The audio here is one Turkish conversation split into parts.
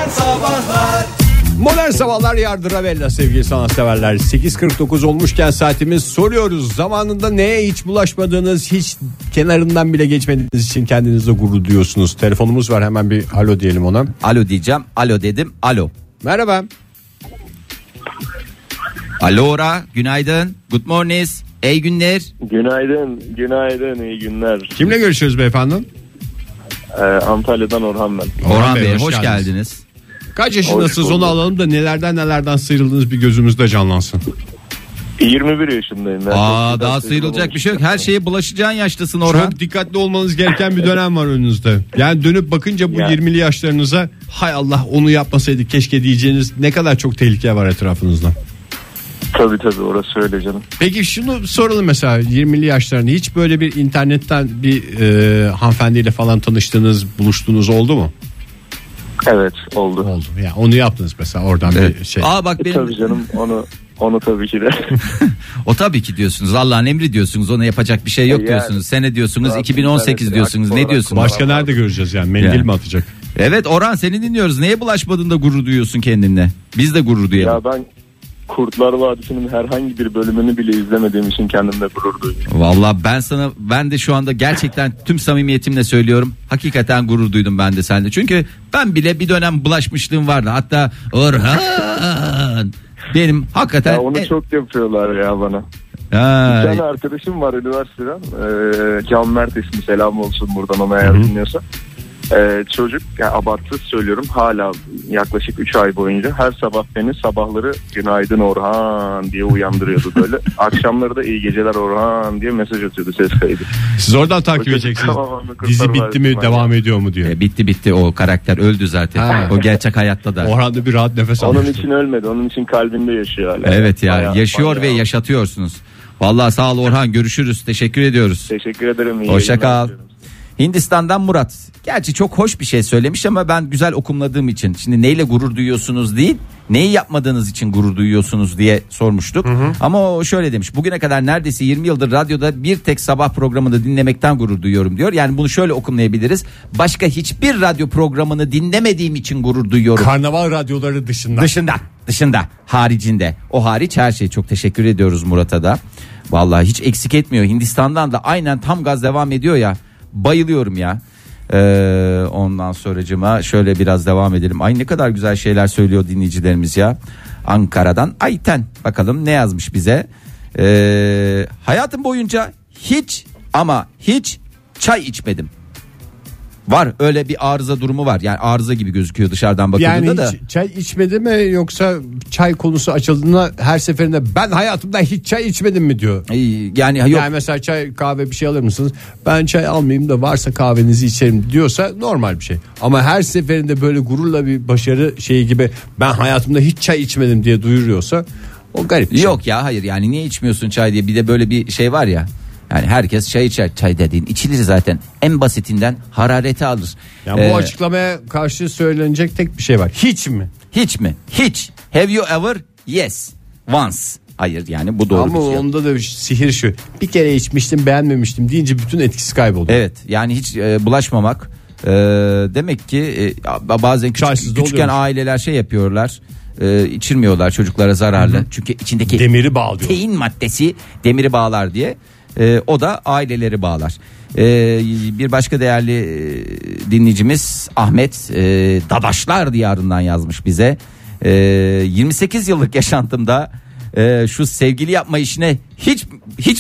Sabahlar. Modern Sabahlar Yardırabella sevgili sanatseverler. 8.49 olmuşken saatimiz, soruyoruz. Zamanında neye hiç bulaşmadığınız, hiç kenarından bile geçmediğiniz için kendinizle gurur duyuyorsunuz. Telefonumuz var, hemen bir alo diyelim ona. Alo diyeceğim. Alo dedim. Alo. Merhaba. Alo Ora. Günaydın. Good morning. İyi günler. Günaydın, iyi günler. Kimle görüşüyoruz beyefendi? Antalya'dan Orhan ben. Orhan Bey hoş geldiniz. Kaç yaşındasınız, onu alalım da nelerden sıyrıldınız bir gözümüzde canlansın. 21 yaşındayım. Daha sıyrılacak bir şey yok. Her şeye bulaşacağın yaştasın Orhan. Çok dikkatli olmanız gereken bir dönem var önünüzde. Yani dönüp bakınca bu 20'li yaşlarınıza, hay Allah onu yapmasaydık keşke diyeceğiniz ne kadar çok tehlike var etrafınızda. Tabii orası öyle canım. Peki şunu soralım, mesela 20'li yaşlarında hiç böyle bir internetten bir hanımefendiyle falan tanıştığınız, buluştuğunuz oldu mu? Evet, oldu. Yani onu yaptınız mesela, oradan bir şey. Bak benim... Tabii canım, onu tabii ki de. O tabii ki diyorsunuz, Allah'ın emri diyorsunuz, ona yapacak bir şey yok diyorsunuz. Sene diyorsunuz, 2018 diyorsunuz, ne diyorsunuz? Başka nerede göreceğiz yani, mendil mi atacak? Evet Orhan, seni dinliyoruz. Neye bulaşmadığında gurur duyuyorsun kendinle? Biz de gurur duyalım. Ya ben Kurtlar Vadisi'nin herhangi bir bölümünü bile izlemediğim için kendimle gurur duyuyorum. Vallahi ben de şu anda gerçekten tüm samimiyetimle söylüyorum. Hakikaten gurur duydum ben de sende. Çünkü ben bile bir dönem bulaşmışlığım vardı. Hatta Orhan benim hakikaten... Ya onu çok yapıyorlar ya bana. Bir tane arkadaşım var üniversiteden. Can Mert ismi, selam olsun buradan ona eğer dinliyorsa. Çocuk, yani abartısız söylüyorum, hala yaklaşık 3 ay boyunca her sabah beni sabahları günaydın Orhan diye uyandırıyordu böyle. Akşamları da iyi geceler Orhan diye mesaj atıyordu, ses kaydı. Siz oradan takip edeceksiniz. Dizi bitti mi, devam ediyor mu diyor. Bitti, o karakter öldü zaten. O gerçek hayatta da. Orhan da bir rahat nefes almıştı. Onun için ölmedi, onun için kalbinde yaşıyor hala. Evet ya, yaşıyor ve yaşatıyorsunuz. Vallahi sağ ol Orhan, görüşürüz, teşekkür ediyoruz. Teşekkür ederim. Hoşça kal. Hindistan'dan Murat. Gerçi çok hoş bir şey söylemiş ama ben güzel okumladığım için. Şimdi neyle gurur duyuyorsunuz değil, neyi yapmadığınız için gurur duyuyorsunuz diye sormuştuk. Ama o şöyle demiş: bugüne kadar neredeyse 20 yıldır radyoda bir tek sabah programını dinlemekten gurur duyuyorum diyor. Yani bunu şöyle okumlayabiliriz: başka hiçbir radyo programını dinlemediğim için gurur duyuyorum. Karnaval radyoları Dışında, haricinde. O hariç her şey. Çok teşekkür ediyoruz Murat'a da. Vallahi hiç eksik etmiyor. Hindistan'dan da aynen tam gaz devam ediyor ya. Bayılıyorum ya. Ondan sonracıma şöyle biraz devam edelim. Ay ne kadar güzel şeyler söylüyor dinleyicilerimiz ya. Ankara'dan Ayten, bakalım ne yazmış bize. Hayatım boyunca hiç çay içmedim. Var öyle bir arıza durumu var. Yani arıza gibi gözüküyor dışarıdan bakıldığında yani da. Yani çay içmedi mi, yoksa çay konusu açıldığında her seferinde ben hayatımda hiç çay içmedim mi diyor. Yani yok. Yani mesela çay, kahve bir şey alır mısınız? Ben çay almayayım da varsa kahvenizi içerim diyorsa normal bir şey. Ama her seferinde böyle gururla bir başarı şeyi gibi ben hayatımda hiç çay içmedim diye duyuruyorsa o garip bir şey. Yok ya, hayır yani niye içmiyorsun çay diye, bir de böyle bir şey var ya. Yani herkes çay içer. Çay dediğin içilir zaten. En basitinden harareti alır. Yani bu açıklamaya karşı söylenecek tek bir şey var. Hiç mi? Hiç mi? Hiç. Have you ever? Yes. Once. Hayır, yani bu doğru ama bir şey. Onda da bir sihir şu: bir kere içmiştim, beğenmemiştim deyince bütün etkisi kayboldu. Evet, yani hiç bulaşmamak. Demek ki bazen küçükken aileler şey yapıyorlar. İçirmiyorlar çocuklara, zararlı. Çünkü içindeki demiri bağlıyor. Tein maddesi demiri bağlar diye. O da aileleri bağlar. Bir başka değerli dinleyicimiz Ahmet Dadaşlar diyarından yazmış bize. 28 yıllık yaşantımda şu sevgili yapma işine hiç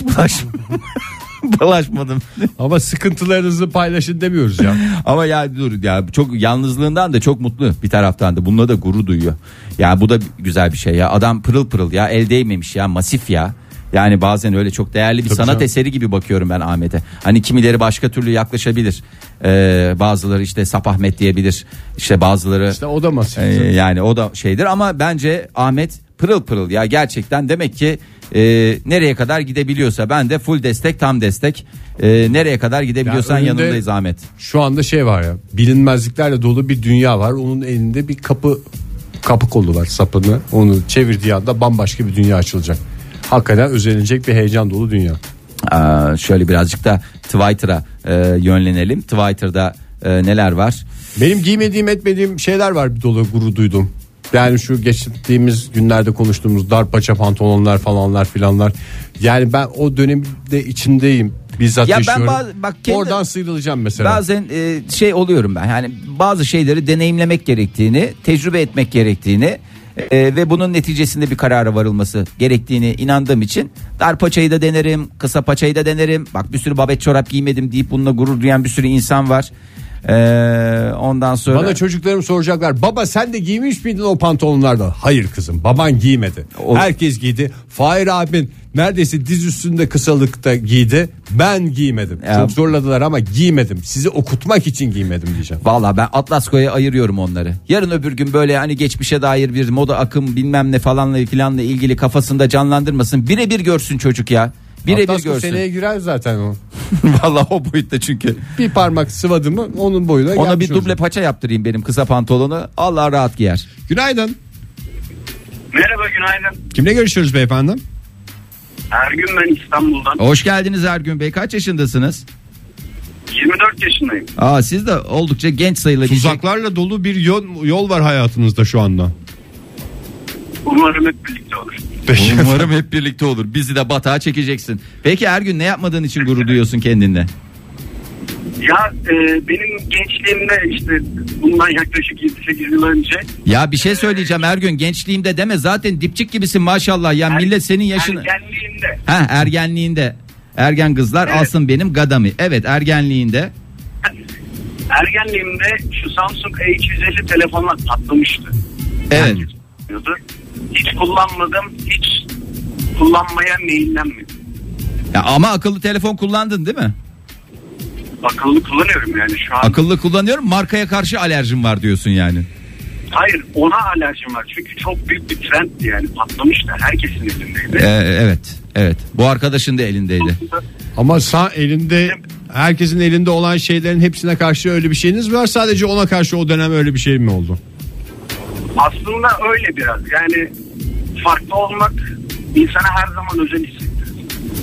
bulaşmadım. Ama sıkıntılarınızı paylaşın demiyoruz ya. Ama ya dur ya, çok yalnızlığından da çok mutlu bir taraftan da. Bununla da gurur duyuyor. Ya bu da güzel bir şey ya. Adam pırıl pırıl ya, el değmemiş ya, masif ya. Yani bazen öyle çok değerli bir sanat eseri gibi bakıyorum ben Ahmet'e. Hani kimileri başka türlü yaklaşabilir. Bazıları işte Sap Ahmet diyebilir. İşte bazıları işte o da masif. Yani o da şeydir ama bence Ahmet pırıl pırıl ya, gerçekten. Demek ki nereye kadar gidebiliyorsa ben de full destek, tam destek. Nereye kadar gidebiliyorsan yani yanındayız Ahmet. Şu anda şey var ya, bilinmezliklerle dolu bir dünya var. Onun elinde bir kapı kolu var, sapını. Onu çevirdiği anda bambaşka bir dünya açılacak. Hakikaten özenilecek bir heyecan dolu dünya. Şöyle birazcık da Twitter'a yönlenelim. Twitter'da neler var? Benim giymediğim etmediğim şeyler var, bir dolu gurur duydum. Yani şu geçtiğimiz günlerde konuştuğumuz dar paça pantolonlar falanlar filanlar. Yani ben o dönemde içindeyim. Bizzat Ya yaşıyorum. Oradan sıyrılacağım mesela. Bazen şey oluyorum ben. Yani bazı şeyleri deneyimlemek gerektiğini, tecrübe etmek gerektiğini ve bunun neticesinde bir karara varılması gerektiğini inandığım için dar paçayı da denerim, kısa paçayı da denerim. Bak bir sürü babet çorap giymedim deyip bununla gurur duyan bir sürü insan var. Ondan sonra bana çocuklarım soracaklar, baba sen de giymiş miydin o pantolonlardan? Hayır kızım, baban giymedi. Herkes giydi. Fahir abin neredeyse diz üstünde kısalıkta giydi, ben giymedim. Çok zorladılar ama giymedim, sizi okutmak için giymedim diyeceğim. Valla ben Atlasko'ya ayırıyorum onları. Yarın öbür gün böyle hani geçmişe dair bir moda akım bilmem ne falanla filanla ilgili kafasında canlandırmasın, birebir görsün çocuk ya. Birebir görsün. Seneye girer zaten o. Vallahi o boyutta çünkü. Bir parmak sıvadı mı onun boyuna gelmiş. Ona bir duble paça yaptırayım benim kısa pantolonu. Allah rahat giyer. Günaydın. Merhaba, günaydın. Kimle görüşüyoruz beyefendi? Ergün ben, İstanbul'dan. Hoş geldiniz Ergün Bey. Kaç yaşındasınız? 24 yaşındayım. Siz de oldukça genç sayılabilecek. Tuzaklarla dolu bir yol var hayatınızda şu anda. Umarım hep birlikte olur. Umarım hep birlikte olur. Bizi de batağa çekeceksin. Peki Ergün, ne yapmadığın için gurur duyuyorsun kendinde? Ya benim gençliğimde işte bundan yaklaşık 7-8 yıl önce. Ya bir şey söyleyeceğim Ergün, gençliğimde deme, zaten dipçik gibisin maşallah ya, millet senin yaşını. Ergenliğimde. Ergenliğinde. Ergen kızlar evet. Alsın benim gadamı. Evet, ergenliğinde. Ergenliğimde şu Samsung A250 telefonlar patlamıştı. Evet. Hiç kullanmadım, hiç kullanmaya meyillenmedim. Ya ama akıllı telefon kullandın değil mi? Akıllı kullanıyorum yani şu an. Akıllı kullanıyorum, markaya karşı alerjim var diyorsun yani. Hayır, ona alerjim var çünkü çok büyük bir trendti yani, patlamıştı, herkesin elindeydi. Evet bu arkadaşın da elindeydi. Ama elinde, herkesin elinde olan şeylerin hepsine karşı öyle bir şeyiniz var, sadece ona karşı o dönem öyle bir şey mi oldu? Aslında öyle biraz yani, farklı olmak insana her zaman özel hissettirir.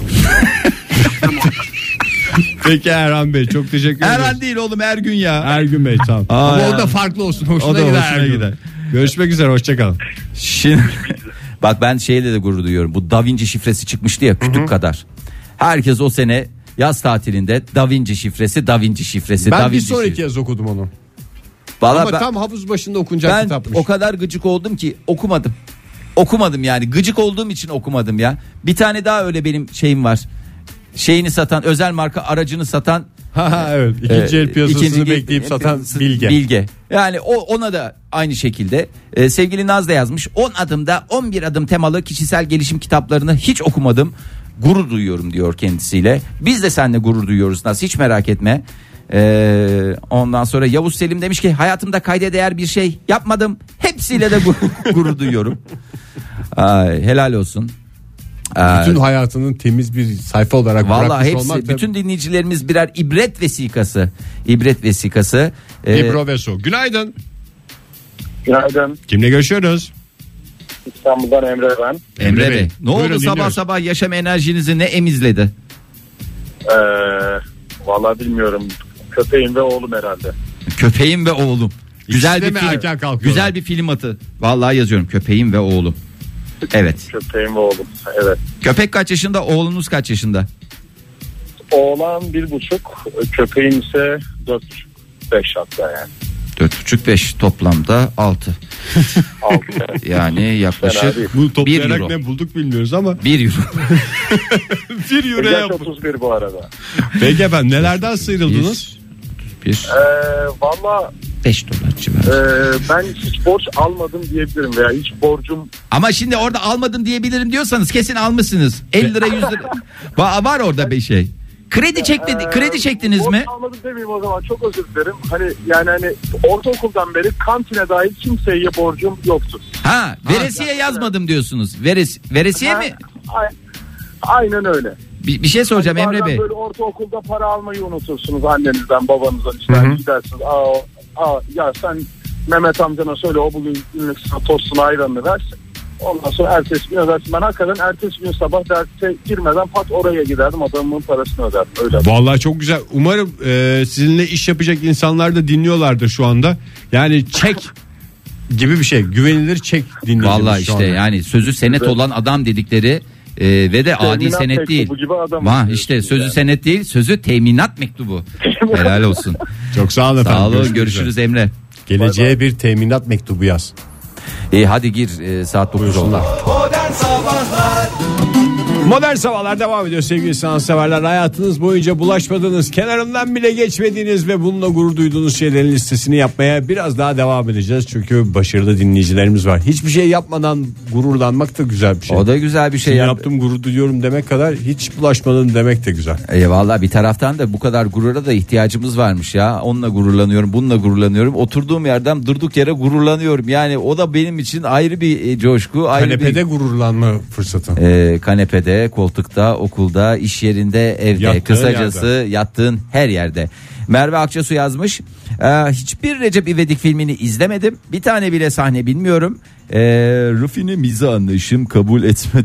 Peki Erhan Bey, çok teşekkür ederim. Erhan değil oğlum, Ergün ya. Ergün Bey, tamam. Ama o da farklı olsun, hoşuna gider. Görüşmek üzere, hoşçakalın. Şimdi bak, ben şeyle de gurur duyuyorum. Bu Da Vinci şifresi çıkmıştı ya, kütük kadar. Herkes o sene yaz tatilinde Da Vinci şifresi. Ben bir sonraki yaz okudum onu. Vallahi ama tam havuz başında okunacak kitapmış. Ben o kadar gıcık oldum ki okumadım yani, gıcık olduğum için okumadım ya. Bir tane daha öyle benim şeyim var. Şeyini satan, özel marka aracını satan. Evet, ikinci el piyasasını bekleyip satan Bilge. Yani ona da aynı şekilde sevgili Naz da yazmış. 10 adımda 11 adım temalı kişisel gelişim kitaplarını hiç okumadım. Gurur duyuyorum diyor kendisiyle. Biz de seninle gurur duyuyoruz Naz, hiç merak etme. Ondan sonra Yavuz Selim demiş ki hayatımda kayda değer bir şey yapmadım. Hepsiyle de gurur duyuyorum. Helal olsun. Bütün hayatının temiz bir sayfa olarak bırakmış olmak. Hepsi, bütün dinleyicilerimiz birer ibret vesikası. Libro ve su. Günaydın. Günaydın. Kimle görüşüyoruz? İstanbul'dan Emre ben. Emre Bey. Ne Buyurun, oldu dinliyoruz. sabah yaşam enerjinizi ne emizledi? Vallahi bilmiyorum. Köpeğim ve oğlum herhalde. Köpeğim ve oğlum. Güzel bir film. Güzel bir film atı. Vallahi yazıyorum, köpeğim ve oğlum. Evet. Köpeğim ve oğlum. Evet. Köpek kaç yaşında, oğlunuz kaç yaşında? Oğlan 1,5, köpeğim ise 4,5-5 hatta yani. 4,5-5 toplamda 6. 6 yani yaklaşık Bu toplayarak 1 euro. ne bulduk bilmiyoruz ama 1 euro. 1 euro yaptık. 31 bu arada. Peki efendim, nelerden sıyrıldınız? Valla 5 dolar civarı. ben hiç borç almadım diyebilirim veya hiç borcum. Ama şimdi orada almadım diyebilirim diyorsanız kesin almışsınız. 50 lira 100 lira. Var orada bir şey. Kredi çektiniz mi? Almadım demeyeyim o zaman, çok özür dilerim. Hani ortaokuldan beri kantine dahil kimseye borcum yoktu. Veresiye yazmadım diyorsunuz. Veresiye mi? Aynen öyle. Bir şey soracağım yani Emre Bey. Böyle ortaokulda para almayı unutursunuz annenizden babanızdan, işte gidersiniz. Ya sen Mehmet amcana söyle, o bugün günlük sana tostunu ayranını versin. Ondan sonra ertesi gün ödersin. Ben hakikaten ertesi gün sabah derse girmeden pat oraya giderdim, adamın parasını öderdim. Öyle. Vallahi çok güzel. Umarım sizinle iş yapacak insanlar da dinliyorlardır şu anda. Yani çek gibi bir şey. Güvenilir çek dinleyicimiz. Vallahi işte yani sözü senet olan adam dedikleri ve de adi senet değil. İşte sözü senet değil, sözü teminat mektubu. Helal olsun. Çok sağ olun efendim. Sağ olun, görüşürüz Emre. Geleceğe bir teminat mektubu yaz. Hadi gir, saat 9 oldu. Modern Sabahlar devam ediyor sevgili sanatseverler. Hayatınız boyunca bulaşmadığınız, kenarından bile geçmediğiniz ve bununla gurur duyduğunuz şeylerin listesini yapmaya biraz daha devam edeceğiz. Çünkü başarılı dinleyicilerimiz var. Hiçbir şey yapmadan gururlanmak da güzel bir şey. O da güzel bir şey. Yaptım gurur duyuyorum demek kadar hiç bulaşmadın demek de güzel. Vallahi bir taraftan da bu kadar gurura da ihtiyacımız varmış ya. Onunla gururlanıyorum, bununla gururlanıyorum. Oturduğum yerden durduk yere gururlanıyorum. Yani o da benim için ayrı bir coşku. Kanepede gururlanma fırsatı. Kanepede, koltukta, okulda, iş yerinde, evde, yattığın kısacası yerde. Yattığın her yerde. Merve Akçasu yazmış. Hiçbir Recep İvedik filmini izlemedim. Bir tane bile sahne bilmiyorum. Rufi'ni mizah anlayışım kabul etmedi.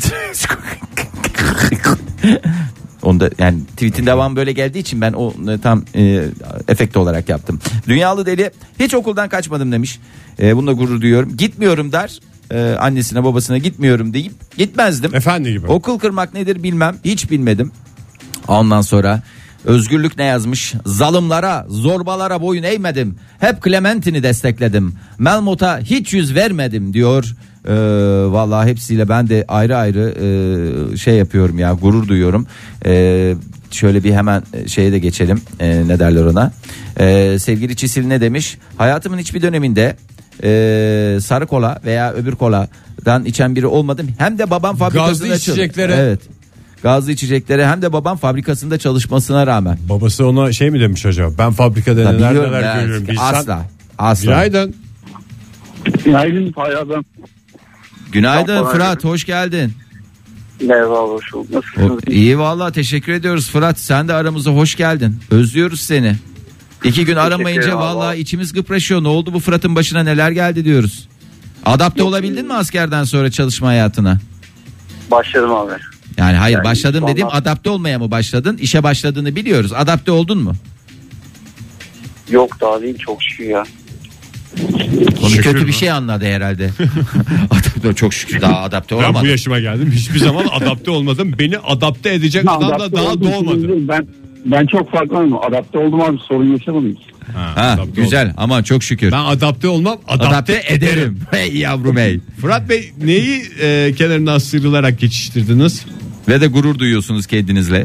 Onda yani tweetin devamı böyle geldiği için ben o tam efekt olarak yaptım. Dünyalı deli, hiç okuldan kaçmadım demiş. Bununla gurur duyuyorum. Gitmiyorum der. Annesine babasına gitmiyorum deyip gitmezdim. Efendi gibi. Okul kırmak nedir bilmem, hiç bilmedim. Ondan sonra Özgürlük ne yazmış? Zalimlara, zorbalara boyun eğmedim. Hep Clementini destekledim. Melmut'a hiç yüz vermedim diyor. Vallahi hepsiyle ben de ayrı ayrı şey yapıyorum ya, gurur duyuyorum. Şöyle bir hemen şeye de geçelim. Ne derler ona? Sevgili Çisil ne demiş? Hayatımın hiçbir döneminde sarı kola veya öbür koladan içen biri olmadım. Hem de babam fabrikasında gazlı içeceklere. Evet. Gazlı içeceklere, hem de babam fabrikasında çalışmasına rağmen. Babası ona şey mi demiş acaba? Ben fabrikada neler görüyorum. Asla. Günaydın. Günaydın Fayaz'dan. Günaydın Fırat, hoş geldin. Merhaba, hoş bulduk. Nasılsınız? İyi vallahi, teşekkür ediyoruz Fırat. Sen de aramıza hoş geldin. Özlüyoruz seni. 2 gün aramayınca vallahi içimiz gıpraşıyor. Ne oldu bu Fırat'ın başına, neler geldi diyoruz. Adapte olabildin mi askerden sonra çalışma hayatına? Başladım abi. Yani hayır, başladım dediğim, adapte olmaya mı başladın? İşe başladığını biliyoruz. Adapte oldun mu? Yok, daha değil, çok şükür ya. Onu kötü bir şey anladı herhalde. Çok şükür daha adapte olamadım. Ben bu yaşıma geldim, hiçbir zaman adapte olmadım. Beni adapte edecek adam da daha doğmadı. Ben çok farklıyım. Adapte oldum abi, sorun yaşamadım. Güzel oldum. Ama çok şükür. Ben adapte olmam, adapte ederim. Hey yavrum hey. Fırat Bey, neyi kenarından sıyrılarak geçiştirdiniz? Ve de gurur duyuyorsunuz kendinizle.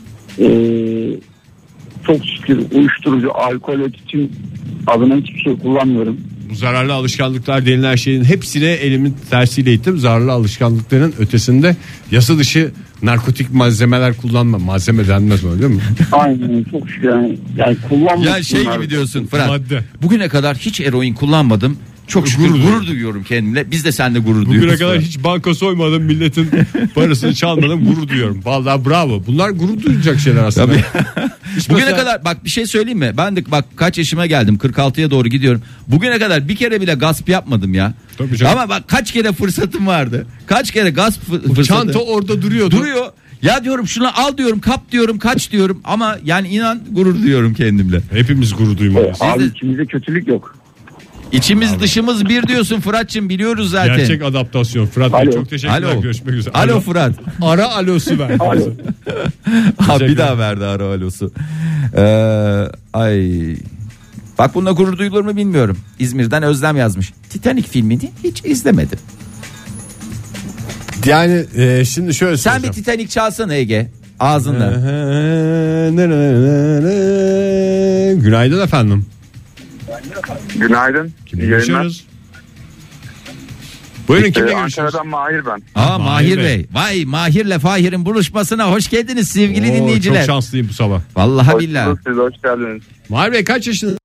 Çok şükür uyuşturucu, alkol, için adına hiçbir şey kullanmıyorum. Bu zararlı alışkanlıklar denilen şeyin hepsine elimin tersiyle ittim. Zararlı alışkanlıkların ötesinde yasa dışı narkotik malzemeler kullanma. Malzeme denmez mi, değil mi? Aynen, çok şükür yani kullanmak. Ya şey gibi diyorsun Fırat. Madde. Bugüne kadar hiç eroin kullanmadım. Çok şükür gurur duyuyorum kendimle. Biz de seninle gurur duyuyoruz. Bugüne kadar hiç banka soymadım, milletin parasını çalmadım, gurur duyuyorum. Vallahi bravo. Bunlar gurur duyacak şeyler aslında. Bugüne kadar bak bir şey söyleyeyim mi? Ben de bak kaç yaşıma geldim, 46'ya doğru gidiyorum. Bugüne kadar bir kere bile gasp yapmadım ya. Tabii canım. Ama bak kaç kere fırsatım vardı. Kaç kere gasp fırsatı. Çanta orada duruyordu. Duruyor. Ya diyorum şunu al diyorum, kap diyorum, kaç diyorum. Ama yani inan gurur duyuyorum kendimle. Hepimiz gurur duymalıyız. Abi içimizde kötülük yok. İçimiz dışımız bir diyorsun Fırat'cığım, biliyoruz zaten. Gerçek adaptasyon. Fırat Bey, çok teşekkürler. Alo. Görüşmek üzere. Alo Fırat. Ara alosu ver. Bir daha verdi ara alosu. Ay. Bak bununla gurur duyulur mu bilmiyorum. İzmir'den Özlem yazmış. Titanic filmini hiç izlemedim. Yani şimdi şöyle Sen söyleyeceğim. bir Titanic çalsana Ege. Ağzında. Günaydın efendim. Günaydın. Kimle görüşüyoruz? Buyurun, kimle görüşüyoruz? Ankara'dan Mahir ben. Mahir Bey. Vay, Mahir'le Fahir'in buluşmasına hoş geldiniz sevgili dinleyiciler. Çok şanslıyım bu sabah. Vallahi billahi. Siz hoş geldiniz. Mahir Bey kaç yaşında?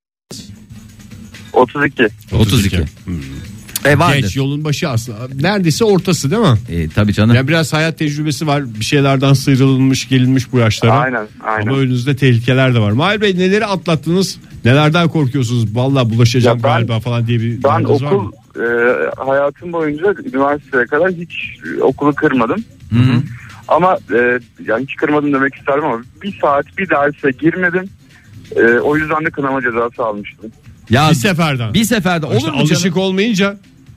32. 32. Genç, yolun başı aslında. Neredeyse ortası değil mi? Tabii canım. Yani biraz hayat tecrübesi var. Bir şeylerden sıyrılmış, gelinmiş bu yaşlara. Aynen. Ama önünüzde tehlikeler de var. Mahir Bey, neleri atlattınız? Nelerden korkuyorsunuz? Vallahi bulaşacağım galiba falan diye bir Ben var mı? hayatım boyunca üniversiteye kadar hiç okulu kırmadım. Hı-hı. Ama yani hiç kırmadım demek isterim ama bir saat bir derse girmedim. O yüzden de kınama cezası almıştım. Ya Bir seferde olur işte mu alışık canım? olmayınca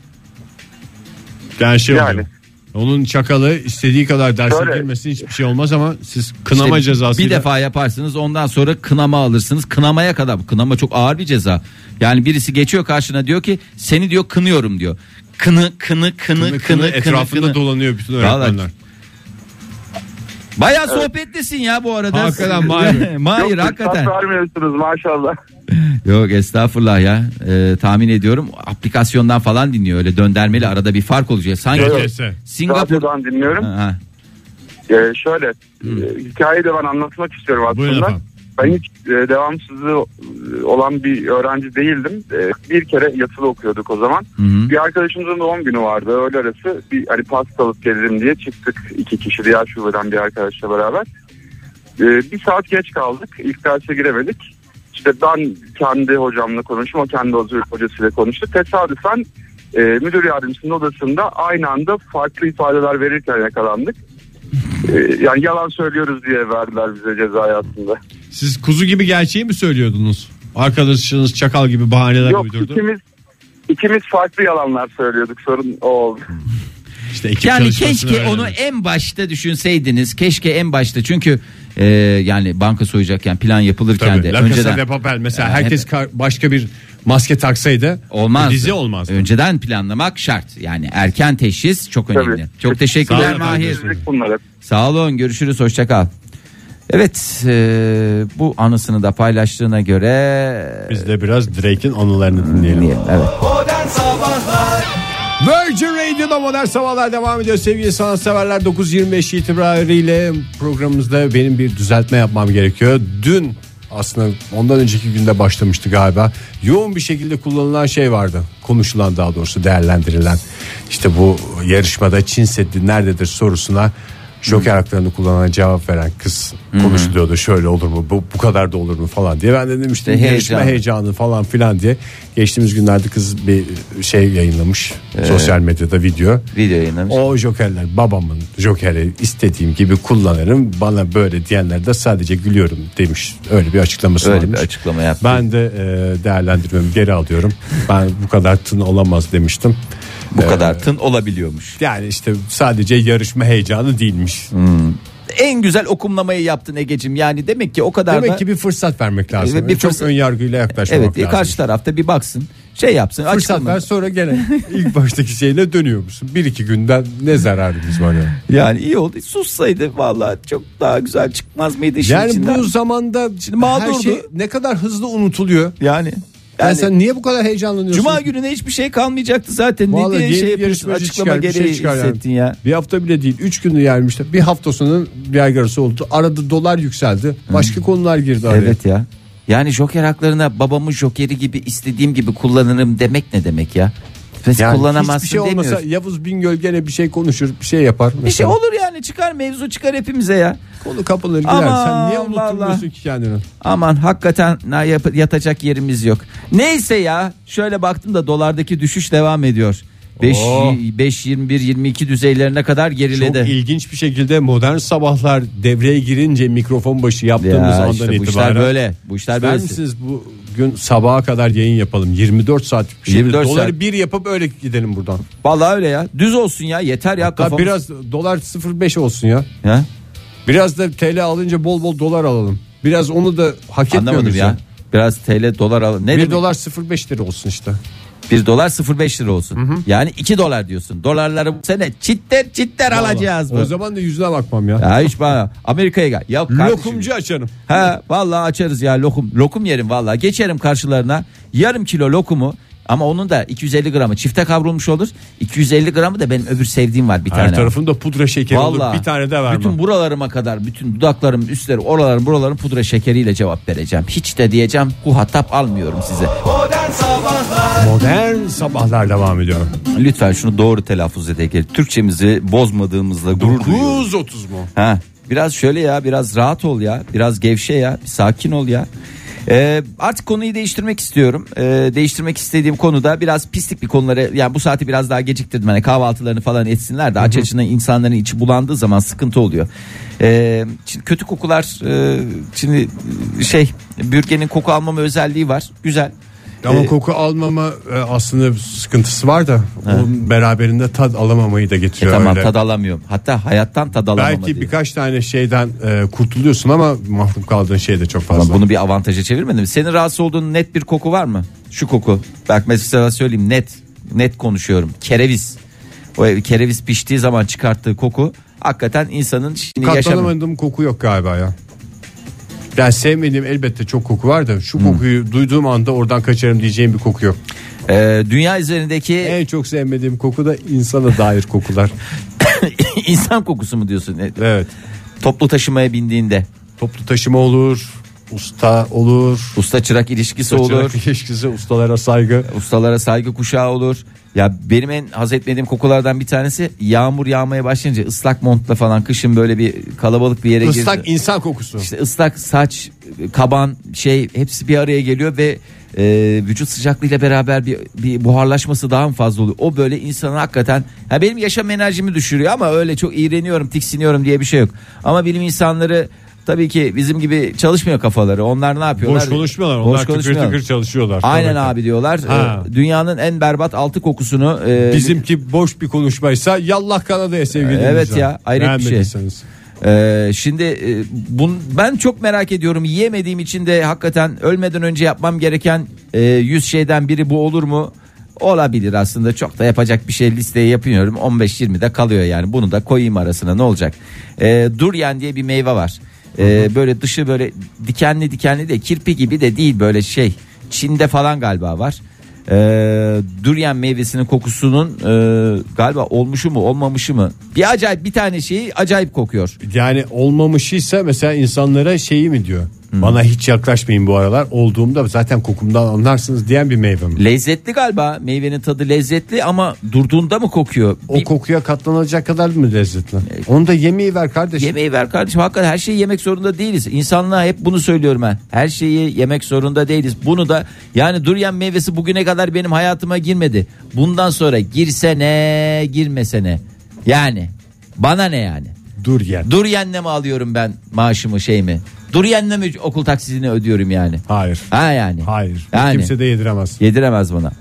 yani onun çakalı istediği kadar derse girmesin, hiçbir şey olmaz ama siz kınama İşte cezasıyla bir defa yaparsınız, ondan sonra kınama alırsınız. Kınamaya kadar, kınama çok ağır bir ceza. Yani birisi geçiyor karşına, diyor ki seni diyor kınıyorum diyor. Kını etrafında dolanıyor bütün öğretmenler. Bayağı sohbetlisin ya bu arada. Hakikaten Mahir. Mahir hakikaten. Yok, vermiyorsunuz maşallah. Yok estağfurullah ya. Tahmin ediyorum aplikasyondan falan dinliyor, öyle döndermeli, arada bir fark olacak. Sanki Singapur'dan dinliyorum. Şöyle hikayeyi de ben anlatmak istiyorum aslında. Ben hiç devamsızlığı olan bir öğrenci değildim. Bir kere yatılı okuyorduk o zaman. Hı-hı. Bir arkadaşımızın doğum günü vardı. Öğle arası bir hani pasta alıp gelelim diye çıktık. 2 kişi diğer şubeden bir arkadaşla beraber. Bir saat geç kaldık. İlk derse giremedik. İşte ben kendi hocamla konuştum. O kendi hocasıyla konuştu. Tesadüfen müdür yardımcısının odasında aynı anda farklı ifadeler verirken yakalandık. Yani yalan söylüyoruz diye verdiler bize cezayı aslında. Siz kuzu gibi gerçeği mi söylüyordunuz? Arkadaşınız çakal gibi bahaneler uydurdu. Yok, ikimiz farklı yalanlar söylüyorduk, sorun o oldu. İşte yani keşke onu en başta düşünseydiniz. Keşke en başta, çünkü yani banka soyacakken plan yapılırken tabii, de La önceden Casa de Papel mesela herkes başka bir maske taksaydı olmazdı. Dizi olmazdı. Önceden planlamak şart. Yani erken teşhis çok önemli. Tabii. Çok teşekkürler Mahir. Sağ olun, görüşürüz, hoşça kal. Evet, bu anısını da paylaştığına göre biz de biraz Drake'in anılarını dinleyelim. Evet. Virgin Radio'da Modern Sabahlar devam ediyor sevgili sanatseverler. 9.25 itibariyle programımızda benim bir düzeltme yapmam gerekiyor. Dün, aslında ondan önceki günde başlamıştı galiba. Yoğun bir şekilde kullanılan şey vardı. Konuşulan, daha doğrusu değerlendirilen. İşte bu yarışmada Çin Seddi nerededir sorusuna Joker haklarını kullanan cevap veren kız konuşuluyordu. Şöyle olur mu, bu kadar da olur mu falan diye. Ben de demiştim yarışma heyecanı falan filan diye. Geçtiğimiz günlerde kız bir şey yayınlamış. Sosyal medyada video yayınlamış. O jokerler, babamın jokeri istediğim gibi kullanırım, bana böyle diyenler de sadece gülüyorum demiş. Öyle bir açıklaması varmış. Öyle bir açıklama yaptı. Ben de değerlendirmemi geri alıyorum. Ben bu kadar tın olamaz demiştim. Bu kadar tın olabiliyormuş. Yani işte sadece yarışma heyecanı değilmiş. En güzel okumlamayı yaptın Egeciğim. Yani demek ki o kadar demek ki bir fırsat vermek lazım. Evet, çok ön yargıyla yaklaşmamak lazım. Evet, karşı tarafta bir baksın, şey yapsın. Fırsat ver, sonra gene ilk baştaki şeyine dönüyor musun? 1-2 günden ne zararımız var ya? Yani iyi oldu. Sussaydı vallahi çok daha güzel çıkmaz mıydı işin yani içinden? Bu zamanda her şey ne kadar hızlı unutuluyor. Yani sen niye bu kadar heyecanlanıyorsun? Cuma gününe hiçbir şey kalmayacaktı zaten. Vallahi ne diye şey yapıyorsun, açıklama gereği hissettin yani. ya. Bir hafta bile değil, 3 gündür gelmişti. Bir hafta sonu bir aygarası oldu. Arada dolar yükseldi. Başka konular girdi araya. Evet ya. Yani joker haklarına babamın jokeri gibi istediğim gibi kullanırım demek ne demek ya? Yani kullanamazsın hiçbir şey olmasa demiyoruz. Yavuz Bingöl gene bir şey konuşur, bir şey yapar. Bir şey olur yani, çıkar mevzu, çıkar hepimize ya. Konu kapanır gider. Sen niye unutturmuyorsun ki kendini? Aman hakikaten yatacak yerimiz yok. Neyse ya, şöyle baktım da dolardaki düşüş devam ediyor. 5.21-22 düzeylerine kadar geriledi. Çok ilginç bir şekilde Modern Sabahlar devreye girince mikrofon başı yaptığımız andan işte itibaren. Bu işler böyle. Bu işler böyle. Misiniz bugün sabaha kadar yayın yapalım. 24 saat bir şey. 24 doları saat. bir yapıp öyle gidelim buradan. Vallahi öyle ya. Düz olsun ya, yeter ya kafamız. Biraz dolar 0.5 olsun ya. Ya. Biraz da TL alınca bol bol dolar alalım. Biraz onu da hak etmiyor muyuz ya? Biraz TL dolar alalım. Ne 1 demek? dolar 0.5 lira olsun işte. 1 dolar 0.5 lira olsun. Hı. Yani 2 dolar diyorsun. Dolarları bu sene çitter alacağız. O zaman da yüzüne bakmam ya. Ya hiç bana Amerika'ya gel. Ya lokumcu açarım. Ha vallahi açarız ya, lokum yerim vallahi. Geçerim karşılarına, yarım kilo lokumu, ama onun da 250 gramı çifte kavrulmuş olur. 250 gramı da benim öbür sevdiğim var bir tane. Her tarafında pudra şekeri vallahi, olur, bir tane de vermem. Bütün buralarıma kadar, bütün dudaklarım, üstleri, oraların pudra şekeriyle cevap vereceğim. Hiç de diyeceğim huhatap almıyorum size. Modern Sabahlar devam ediyor. Lütfen şunu doğru telaffuz edelim. Türkçemizi bozmadığımızla gurur duyuyoruz. 9.30 mu? Ha, biraz şöyle ya, biraz rahat ol ya, biraz gevşe ya, bir sakin ol ya. Artık konuyu değiştirmek istiyorum. Değiştirmek istediğim konuda biraz pislik bir konuları, yani bu saati biraz daha geciktirdim. Hani kahvaltılarını falan etsinler de aç açına insanların içi bulandığı zaman sıkıntı oluyor. Şimdi kötü kokular, şimdi bürgenin koku almama özelliği var. Güzel. Ama koku almama aslında sıkıntısı var da onun beraberinde tad alamamayı da getiriyor. Tamam, öyle. tad alamıyorum. Hatta hayattan tad alamama Belki diyor. birkaç tane şeyden kurtuluyorsun ama mahrum kaldığın şey de çok fazla. Ama bunu bir avantaja çevirmedin mi? Senin rahatsız olduğun net bir koku var mı? Şu koku. Bak mesela söyleyeyim, net konuşuyorum. Kereviz. O kereviz piştiği zaman çıkarttığı koku hakikaten insanın şimdi Katlanamadığım koku yok galiba ya. Yani sevmediğim elbette çok koku var da şu kokuyu duyduğum anda oradan kaçarım diyeceğim bir koku yok. Dünya üzerindeki En çok sevmediğim koku da insana dair kokular. insan kokusu mu diyorsun? Evet. Toplu taşımaya bindiğinde. Toplu taşıma olur, usta olur. Usta çırak ilişkisi olur. Çırak ilişkisi, ustalara saygı. Ustalara saygı kuşağı olur. Ya benim en haz etmediğim kokulardan bir tanesi yağmur yağmaya başlayınca ıslak montla falan kışın böyle bir kalabalık bir yere girdi. Islak insan kokusu. İşte ıslak saç, kaban hepsi bir araya geliyor ve vücut sıcaklığıyla beraber bir buharlaşması daha mı fazla oluyor? O böyle insanın hakikaten benim yaşam enerjimi düşürüyor ama öyle çok iğreniyorum, tiksiniyorum diye bir şey yok. Ama bilim insanları tabii ki bizim gibi çalışmıyor kafaları. Onlar ne yapıyorlar? Boş konuşmuyorlar. Onlar tıkır tıkır çalışıyorlar. Aynen tabii abi diyorlar. Dünyanın en berbat 6 kokusunu. Bizimki boş bir konuşmaysa yallah Kanada'ya sevgili Evet ya, hayret bir şey. Beğenmediyseniz. Şimdi ben çok merak ediyorum. Yiyemediğim için de hakikaten ölmeden önce yapmam gereken 100 şeyden biri bu olur mu? Olabilir aslında, çok da yapacak bir şey listeye yapıyorum. 15-20'de kalıyor yani, bunu da koyayım arasına, ne olacak? Durian diye bir meyve var. Böyle dışı böyle dikenli de kirpi gibi de değil, böyle Çin'de falan galiba var. Durian meyvesinin kokusunun galiba olmuşu mu olmamışı mı bir acayip, bir tane şeyi acayip kokuyor. Yani olmamışıysa mesela insanlara şeyi mi diyor? Bana hiç yaklaşmayın bu aralar, olduğumda zaten kokumdan anlarsınız diyen bir meyve mi? Lezzetli galiba, meyvenin tadı lezzetli ama durduğunda mı kokuyor? O kokuya katlanacak kadar mı lezzetli? Onu da yemeği ver kardeşim. Yemeği ver kardeşim, hakikaten her şeyi yemek zorunda değiliz. İnsanlığa hep bunu söylüyorum ben. Her şeyi yemek zorunda değiliz. Bunu da yani durian meyvesi bugüne kadar benim hayatıma girmedi. Bundan sonra girse ne, girmese ne? Yani bana ne yani? Durian'le mi alıyorum ben maaşımı, mi? Durian'le mi okul taksitini ödüyorum yani? Hayır. Yani. Hayır. Yani. Kimse de yediremez. Yediremez bana.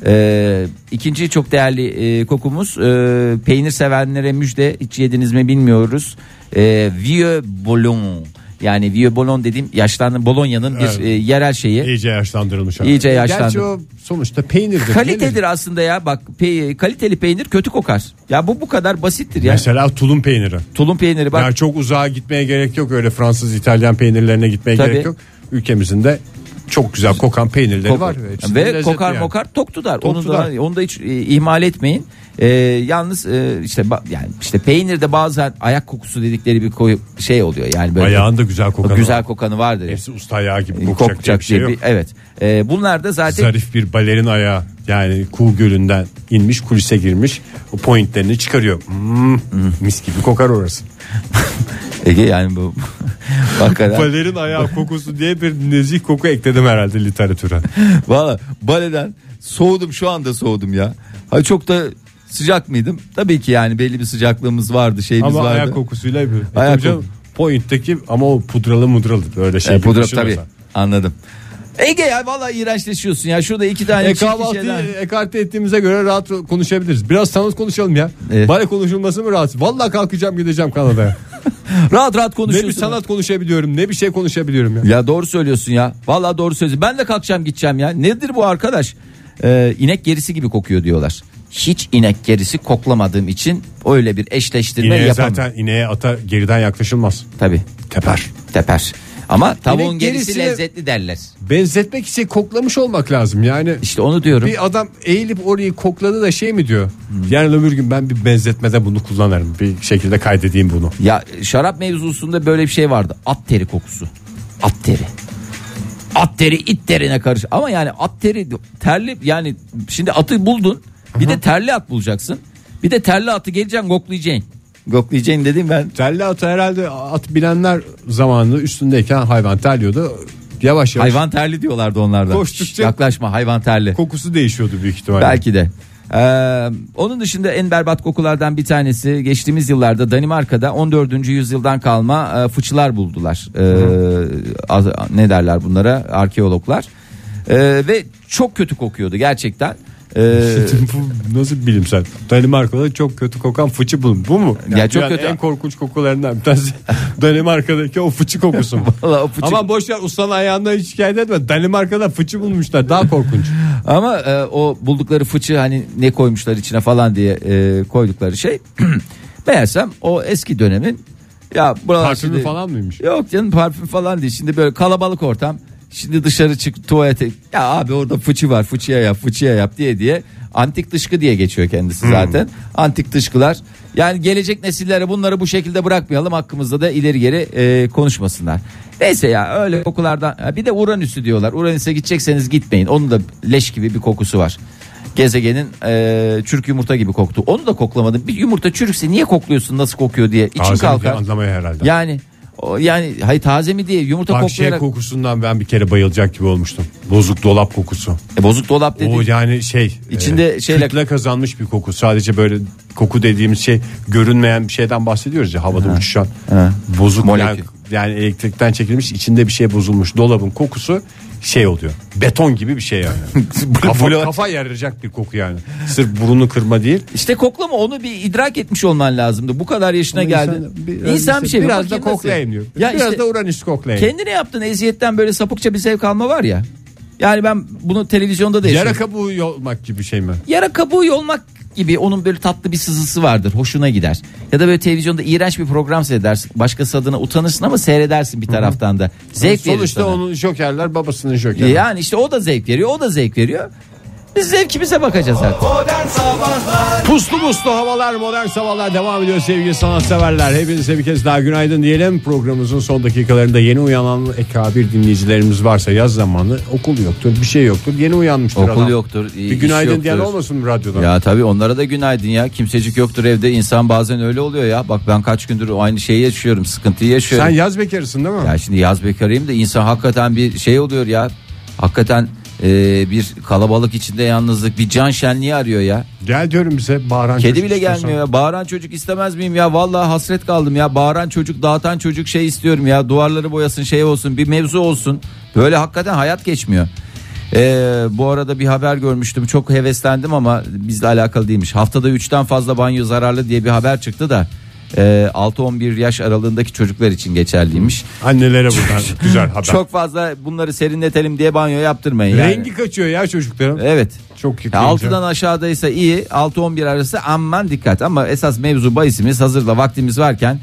İkinci çok değerli kokumuz, peynir sevenlere müjde, hiç yediniz mi bilmiyoruz. Vieux Bouillon. Yani Vieux Bouillon dediğim Bolonya'nın bir yerel şeyi. İyice yaşlandırılmış. İyice yaşlandı. Gerçi o sonuçta peynirdir. Kalitedir aslında ya, bak kaliteli peynir kötü kokar. Ya bu kadar basittir ya. Mesela tulum peyniri. Tulum peyniri bak. Yani çok uzağa gitmeye gerek yok, öyle Fransız İtalyan peynirlerine gitmeye gerek yok. Ülkemizin de çok güzel kokan peynirleri var. Ve kokar yani. Mokar tok tutar. Onu da hiç ihmal etmeyin. Yalnız işte peynirde bazen ayak kokusu dedikleri bir şey oluyor. Yani böyle ayağında güzel kokanı. Güzel kokanı vardır. Hepsi usta ayağı gibi kokacak bir şey yok. Evet. Bunlar da zaten zarif bir balerin ayağı. Yani Kuğu Gölü'nden inmiş, kulise girmiş. O pointlerini çıkarıyor. Mis gibi kokar orası. Ege yani bu balerin ayağı kokusu diye bir nezih koku ekledim herhalde literatüre. Valla baleden soğudum, şu anda soğudum ya. Çok da sıcak mıydım? Tabii ki yani belli bir sıcaklığımız vardı, şeyimiz ama vardı. Ama ayak kokusuyla bir. Point'teki ama o pudralı öyle şey. Pudra tabii, anladım. Ege ya vallahi iğrençleşiyorsun ya. Şurada 2 tane kahvaltıyı ekarte ettiğimize göre rahat konuşabiliriz. Biraz sanat konuşalım ya. Evet. Bale konuşulması mı rahat? Vallahi kalkacağım, gideceğim Kanada'ya. rahat konuşuyorsun. Ne bir sanat konuşabiliyorum, ne bir şey konuşabiliyorum ya. Ya doğru söylüyorsun ya. Vallahi doğru söylüyorsun. Ben de kalkacağım, gideceğim ya. Nedir bu arkadaş? İnek gerisi gibi kokuyor diyorlar. Hiç inek gerisi koklamadığım için öyle bir eşleştirme yapamam. Zaten ineğe ata geriden yaklaşılmaz. Tabii. Teper. Ama tavuğun gerisi lezzetli derler. Benzetmek için koklamış olmak lazım yani. İşte onu diyorum. Bir adam eğilip orayı kokladı da mi diyor? Yani öbür gün ben bir benzetmede bunu kullanırım. Bir şekilde kaydedeyim bunu. Ya şarap mevzusunda böyle bir şey vardı. At teri kokusu. At teri it terine karış. Ama yani at teri terli, yani şimdi atı buldun. Bir de terli at bulacaksın. Bir de terli atı geleceksin goklayacaksın dedim ben. Terli atı herhalde at bilenler zamanında üstündeyken hayvan terliyordu. Yavaş yavaş. Hayvan terli diyorlardı onlarda. Koştukça yaklaşma, hayvan terli. Kokusu değişiyordu büyük ihtimalle. Belki de. Onun dışında en berbat kokulardan bir tanesi geçtiğimiz yıllarda Danimarka'da 14. yüzyıldan kalma fıçılar buldular. Ne derler bunlara, arkeologlar. Ve çok kötü kokuyordu gerçekten. Bu nasıl bilimsel? Danimarka'da çok kötü kokan fıçı bu mu? Ya çok kötü. En korkunç kokularından bir tanesi Danimarka'daki o fıçı kokusu mu? Vallahi o fıçı... Ama boşver, ustanın ayağından hiç şikayet etme. Danimarka'da fıçı bulmuşlar, daha korkunç. Ama o buldukları fıçı hani ne koymuşlar içine falan diye koydukları şey meğersem o eski dönemin parfümü şimdi, falan mıymış? Yok canım, parfüm falan değil. Şimdi böyle kalabalık ortam. Şimdi dışarı çık tuvalete, ya abi orada fıçı var, fıçıya yap diye antik dışkı diye geçiyor kendisi zaten. Antik dışkılar, yani gelecek nesillere bunları bu şekilde bırakmayalım, hakkımızda da ileri geri konuşmasınlar. Neyse ya, öyle kokulardan. Bir de Uranüs'ü diyorlar. Uranüs'e gidecekseniz gitmeyin, onun da leş gibi bir kokusu var. Gezegenin çürük yumurta gibi koktu. Onu da koklamadım. Bir yumurta çürükse niye kokluyorsun, nasıl kokuyor diye için kalkar. Anlamaya herhalde. Yani hayır, taze mi diye yumurta koklayarak. Kokusundan ben bir kere bayılacak gibi olmuştum. Bozuk dolap kokusu. Bozuk dolap dedik. O yani içinde kütle kazanmış bir koku. Sadece böyle koku dediğimiz şey görünmeyen bir şeyden bahsediyoruz ya, havada uçuşan. Bozuk yani elektrikten çekilmiş, içinde bir şey bozulmuş. Dolabın kokusu oluyor. Beton gibi bir şey yani. kafa yarayacak bir koku yani. Sırf burunu kırma değil. İşte koklama, onu bir idrak etmiş olman lazımdı. Bu kadar yaşına geldi. İnsan bir şey biraz da koklayın diyor. Ya biraz da Uranüs koklayın. Kendine yaptığın eziyetten böyle sapıkça bir zevk alma var ya. Yani ben bunu televizyonda da yaşıyorum. Yara kabuğu yolmak gibi şey mi? Yara kabuğu yolmak gibi, onun böyle tatlı bir sızısı vardır, hoşuna gider. Ya da böyle televizyonda iğrenç bir program seyredersin, başkası adına utanırsın ama seyredersin bir taraftan da. Zevk verir sonuçta sana. Onun jokerler babasının jokerleri. Yani işte o da zevk veriyor, o da zevk veriyor. Biz zevkimize bakacağız artık. Puslu muslu havalar, modern sabahlar devam ediyor sevgili sanatseverler. Hepinize bir kez daha günaydın diyelim. Programımızın son dakikalarında yeni uyanan ekabir dinleyicilerimiz varsa, yaz zamanı okul yoktur, bir şey yoktur, yeni uyanmıştır okul adam. Yoktur, bir günaydın diyen olmasın mı radyodan? Ya tabii, onlara da günaydın ya. Kimsecik yoktur evde, insan bazen öyle oluyor ya. Bak ben kaç gündür aynı şeyi yaşıyorum, sıkıntıyı yaşıyorum. Sen yaz bekarısın değil mi? Ya şimdi yaz bekarıyım da insan hakikaten bir şey oluyor ya. Hakikaten bir kalabalık içinde yalnızlık, bir can şenliği arıyor ya. Gel diyorum bize, bağıran kedi çocuk bile istiyorsan. gelmiyor ya. Bağıran çocuk istemez miyim ya? Vallahi hasret kaldım ya. Bağıran çocuk, dağıtan çocuk istiyorum ya. Duvarları boyasın, olsun, bir mevzu olsun. Böyle hakikaten hayat geçmiyor. Bu arada bir haber görmüştüm, çok heveslendim ama bizle alakalı değilmiş. Haftada 3'ten fazla banyo zararlı diye bir haber çıktı da 6-11 yaş aralığındaki çocuklar için geçerliymiş. Annelere buradan güzel haber. Çok fazla bunları serinletelim diye banyo yaptırmayın. Rengi kaçıyor ya çocukların. Evet. Çok yıkayınca. 6'dan aşağıdaysa iyi, 6-11 arası aman dikkat. Ama esas mevzu bahisimiz, hazırda vaktimiz varken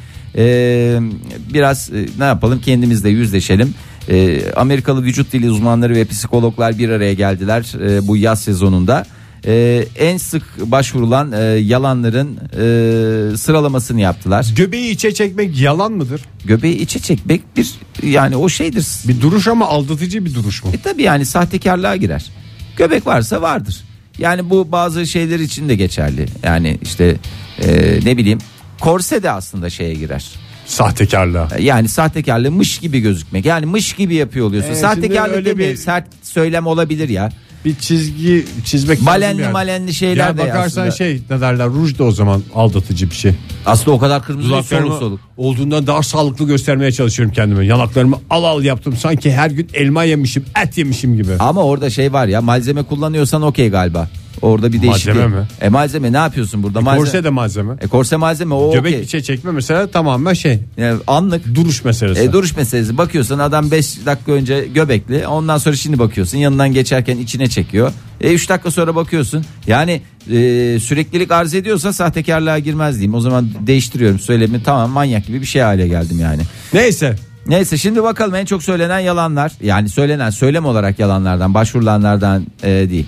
biraz ne yapalım, kendimizle yüzleşelim. Amerikalı vücut dili uzmanları ve psikologlar bir araya geldiler bu yaz sezonunda. En sık başvurulan yalanların sıralamasını yaptılar. Göbeği içe çekmek yalan mıdır? Göbeği içe çekmek bir, yani o şeydir. Bir duruş ama aldatıcı bir duruş mu? Tabii yani sahtekarlığa girer. Göbek varsa vardır. Yani bu bazı şeyler için de geçerli. Yani işte ne bileyim, korse de aslında şeye girer. Sahtekarlığa. Yani sahtekarlığı mış gibi gözükmek. Yani mış gibi yapıyor oluyorsun. Sahtekarlık bir sert söylem olabilir ya. Bir çizgi çizmek malenli şeyler ya de bakarsan aslında. Ne derler, ruj da o zaman aldatıcı bir şey. Aslında o kadar kırmızı değil, soluk. Olduğundan daha sağlıklı göstermeye çalışıyorum kendime. Yanaklarımı al yaptım, sanki her gün elma yemişim, et yemişim gibi. Ama orada şey var ya, malzeme kullanıyorsan okey galiba. Orada bir değişiklik. Malzeme mi? Malzeme, ne yapıyorsun burada? Korse de malzeme. Korse malzeme, o göbek okey. içe çekme mesela tamamen yani anlık duruş meselesi. Duruş meselesi. Bakıyorsun adam 5 dakika önce göbekli, ondan sonra şimdi bakıyorsun yanından geçerken içine çekiyor. 3 dakika sonra bakıyorsun. Yani süreklilik arz ediyorsa sahtekarlığa girmez diyeyim. O zaman değiştiriyorum söylemi, tamam, manyak gibi bir şey hale geldim yani. Neyse şimdi bakalım en çok söylenen yalanlar, yani söylem olarak yalanlardan, başvurulanlardan değil.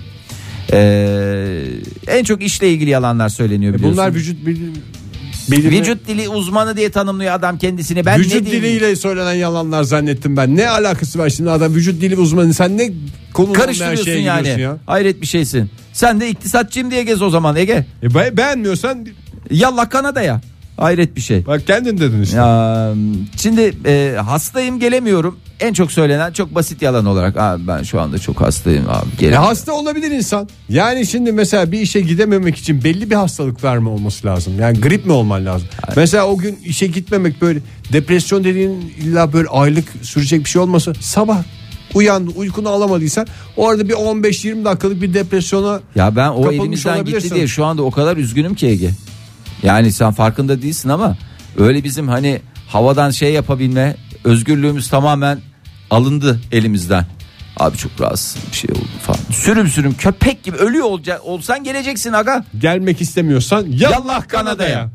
En çok işle ilgili yalanlar söyleniyor biliyorsun. Bunlar vücut dili uzmanı diye tanımlıyor adam kendisini. Ben vücut diliyle söylenen yalanlar zannettim ben. Ne alakası var şimdi, adam vücut dili uzmanı, sen ne karıştırıyorsun yani. Ya. Hayret bir şeysin. Sen de iktisatçıyım diye gez o zaman Ege. Beğenmiyorsan yallah Kanada'ya. Hayret bir şey. Bak kendin dedin işte. Ya, şimdi hastayım gelemiyorum. En çok söylenen çok basit yalan olarak. Abi ben şu anda çok hastayım abi. Gelemiyorum. Hasta olabilir insan. Yani şimdi mesela bir işe gidememek için belli bir hastalıklar mı olması lazım? Yani grip mi olman lazım? Hayır. Mesela o gün işe gitmemek, böyle depresyon dediğin illa böyle aylık sürecek bir şey olmasa, sabah uyandın, uykunu alamadıysan orada bir 15-20 dakikalık bir depresyona ya ben o elimizden gitti diye şu anda o kadar üzgünüm ki Ege. Yani sen farkında değilsin ama öyle bizim hani havadan şey yapabilme özgürlüğümüz tamamen alındı elimizden. Abi çok rahatsız bir şey oldu falan. Sürüm köpek gibi ölüyor olsan geleceksin aga. Gelmek istemiyorsan yallah Kanada'ya.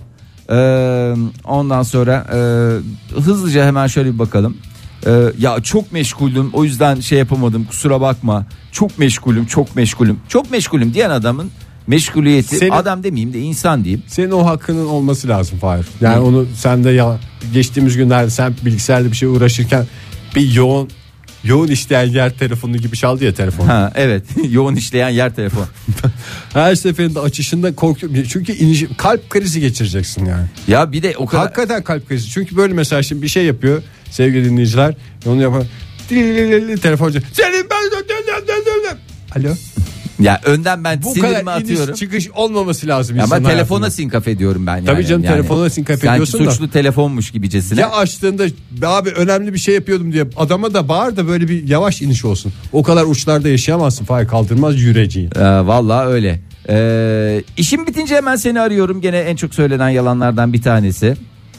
Ondan sonra hızlıca hemen şöyle bir bakalım. Ya çok meşgulüm, o yüzden şey yapamadım, kusura bakma. Çok meşgulüm diyen adamın meşguliyeti, adam demeyeyim de insan diyeyim. Senin o hakkının olması lazım Fahir. Yani onu sen de geçtiğimiz günlerde sen bilgisayarda bir şey uğraşırken bir yoğun işleyen yer telefonu gibi çaldı ya telefon. Ha, evet yoğun işleyen yer telefon. Her seferinde açışında korkuyorum. Çünkü kalp krizi geçireceksin yani. Ya bir de o kadar. Hakikaten kalp krizi. Çünkü böyle mesela şimdi bir şey yapıyor sevgili dinleyiciler. Onu yapan telefoncu. Senin ben alo. Ya önden ben bu sinirimi kadar atıyorum. iniş çıkış olmaması lazım. Ama telefona sinkaf ediyorum ben yani. Tabii canım, telefona sinkaf ediyorsun da. Sanki suçlu telefonmuş gibicesine. Ya açtığında abi önemli bir şey yapıyordum diye adama da bağır da böyle bir yavaş iniş olsun. O kadar uçlarda yaşayamazsın. Fay kaldırmaz yüreceğin. Vallahi öyle. İşim bitince hemen seni arıyorum. Gene en çok söylenen yalanlardan bir tanesi.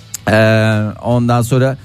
Ondan sonra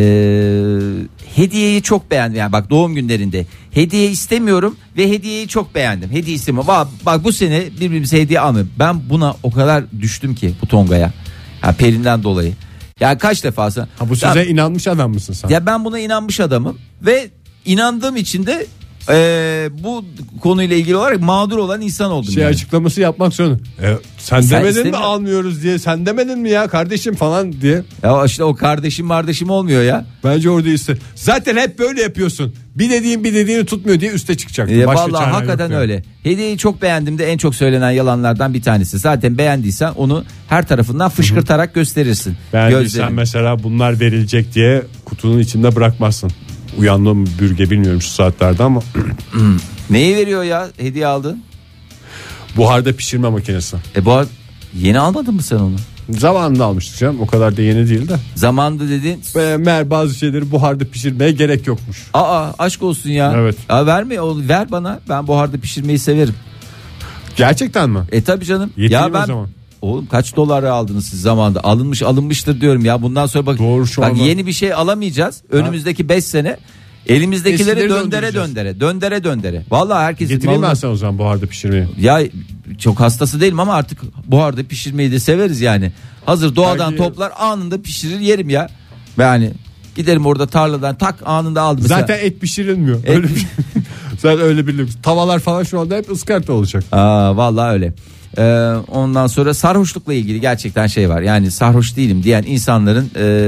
hediyeyi çok beğendim. Yani bak doğum günlerinde hediye istemiyorum ve hediyeyi çok beğendim. Hediye istemiyorum. Bak bu sene birbirimize hediye almıyorum. Ben buna o kadar düştüm ki bu tongaya. Ya Peri'nden dolayı. Ya kaç defası. Bu söze inanmış adam mısın sen? Ya ben buna inanmış adamım ve inandığım için de bu konuyla ilgili olarak mağdur olan insan oldum. Yani. Açıklaması yapmak zorunda. Sen demedin mi almıyoruz diye, sen demedin mi ya kardeşim falan diye. Ya işte o kardeşim olmuyor ya. Bence orada iste. Zaten hep böyle yapıyorsun. Bir dediğini tutmuyor diye üste çıkacak. Vallahi hakikaten öyle. Hediyeyi çok beğendim de en çok söylenen yalanlardan bir tanesi. Zaten beğendiysen onu her tarafından fışkırtarak gösterirsin. Beğendiysen mesela bunlar verilecek diye kutunun içinde bırakmazsın. Uyandım bürge bilmiyorum şu saatlerde ama. Neyi veriyor ya hediye aldın? Buharda pişirme makinesi. Bu yeni almadın mı sen onu? Zamanında almıştık canım, o kadar da yeni değil de. Zamanında dedin. Meğer bazı şeyleri buharda pişirmeye gerek yokmuş. Aşk olsun ya. Evet. Verme ver bana, ben buharda pişirmeyi severim. Gerçekten mi? Tabii canım. Yeterli o zaman. Oğlum kaç dolara aldınız siz zamanında? Alınmıştır diyorum ya. Bundan sonra bak yeni bir şey alamayacağız. Önümüzdeki 5 sene elimizdekileri döndere. Vallahi herkesin getireyim ben sana o zaman buharda pişirmeyi. Ya çok hastası değilim ama artık buharda pişirmeyi de severiz yani. Hazır doğadan toplar anında pişirir yerim ya. Yani giderim orada tarladan anında aldım. Zaten et pişirilmiyor. Öyle bir zaten öyle bir lüks. Tavalar falan şu anda hep ıskarta olacak. Vallahi öyle. Ondan sonra sarhoşlukla ilgili gerçekten şey var. Yani sarhoş değilim diyen insanların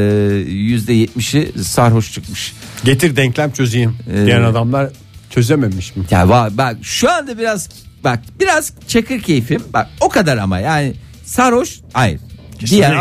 %70'i sarhoş çıkmış. Getir denklem çözeyim diyen adamlar çözememiş mi? Ya bak şu anda biraz çakır keyfim. Bak o kadar ama yani sarhoş hayır. Diyen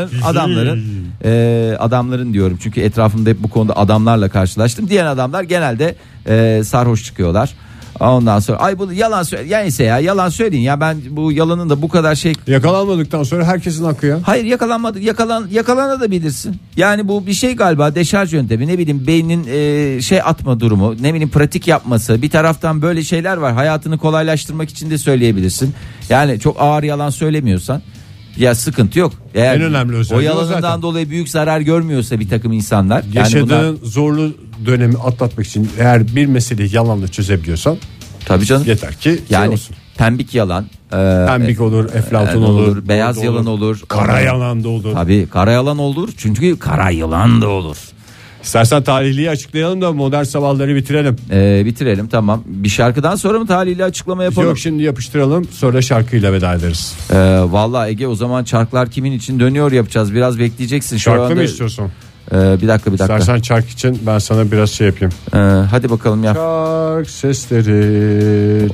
adamların diyorum çünkü etrafımda hep bu konuda adamlarla karşılaştım. Diyen adamlar genelde sarhoş çıkıyorlar. Ondan sonra bunu yalan söyle. Yani yalan söyleyin ya, ben bu yalanın da bu kadar şey. Yakalanmadıktan sonra herkesin hakkı ya. Hayır yakalanabilirsin. Yani bu bir şey galiba, deşarj yöntemi, ne bileyim beynin atma durumu, ne bileyim pratik yapması, bir taraftan böyle şeyler var. Hayatını kolaylaştırmak için de söyleyebilirsin. Yani çok ağır yalan söylemiyorsan ya sıkıntı yok. Eğer en önemli özelliği o yalanından dolayı büyük zarar görmüyorsa bir takım insanlar. Yaşadığın zorlu dönemi atlatmak için eğer bir meseleyi yalanla çözebiliyorsan. Tabii canım. Yeter ki yani olsun. Pembik yalan. Pembik olur, eflatun olur. Beyaz yalan olur. Kara yalan da olur. Tabii kara yalan olur. Çünkü kara yılan da olur. İstersen talihliyi açıklayalım da modern sabahları bitirelim. Bitirelim tamam. Bir şarkıdan sonra mı talihli açıklama yapalım? Yok, şimdi yapıştıralım, sonra şarkıyla veda ederiz. Vallahi Ege, o zaman çarklar kimin için dönüyor yapacağız. Biraz bekleyeceksin. Şarkı mı istiyorsun? Bir dakika. İstersen çark için ben sana biraz şey yapayım. Hadi bakalım yap. Çark sesleri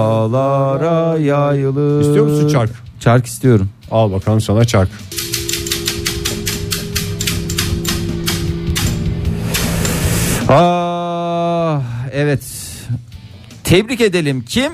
ovalara yayılır. İstiyor musun çark? Çark istiyorum. Al bakalım sana çark. Evet. Tebrik edelim. Kim?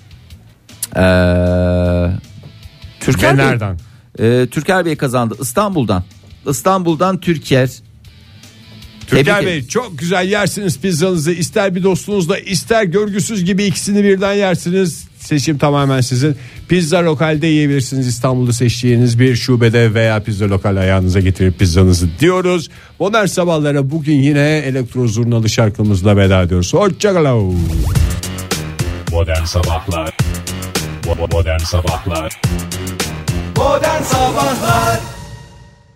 Türker Bey. Nereden? Türker Bey kazandı. İstanbul'dan Türker. Türker Bey, çok güzel yersiniz pizzanızı. İster bir dostunuzla, ister görgüsüz gibi ikisini birden yersiniz. Seçim tamamen sizin. Pizza lokalde yiyebilirsiniz. İstanbul'da seçtiğiniz bir şubede veya pizza lokal ayağınıza getirip pizzanızı diyoruz. Modern sabahlara bugün yine elektro zurnalı şarkımızla veda ediyoruz. Hoşçakalın. Modern Sabahlar. Modern Sabahlar. Modern Sabahlar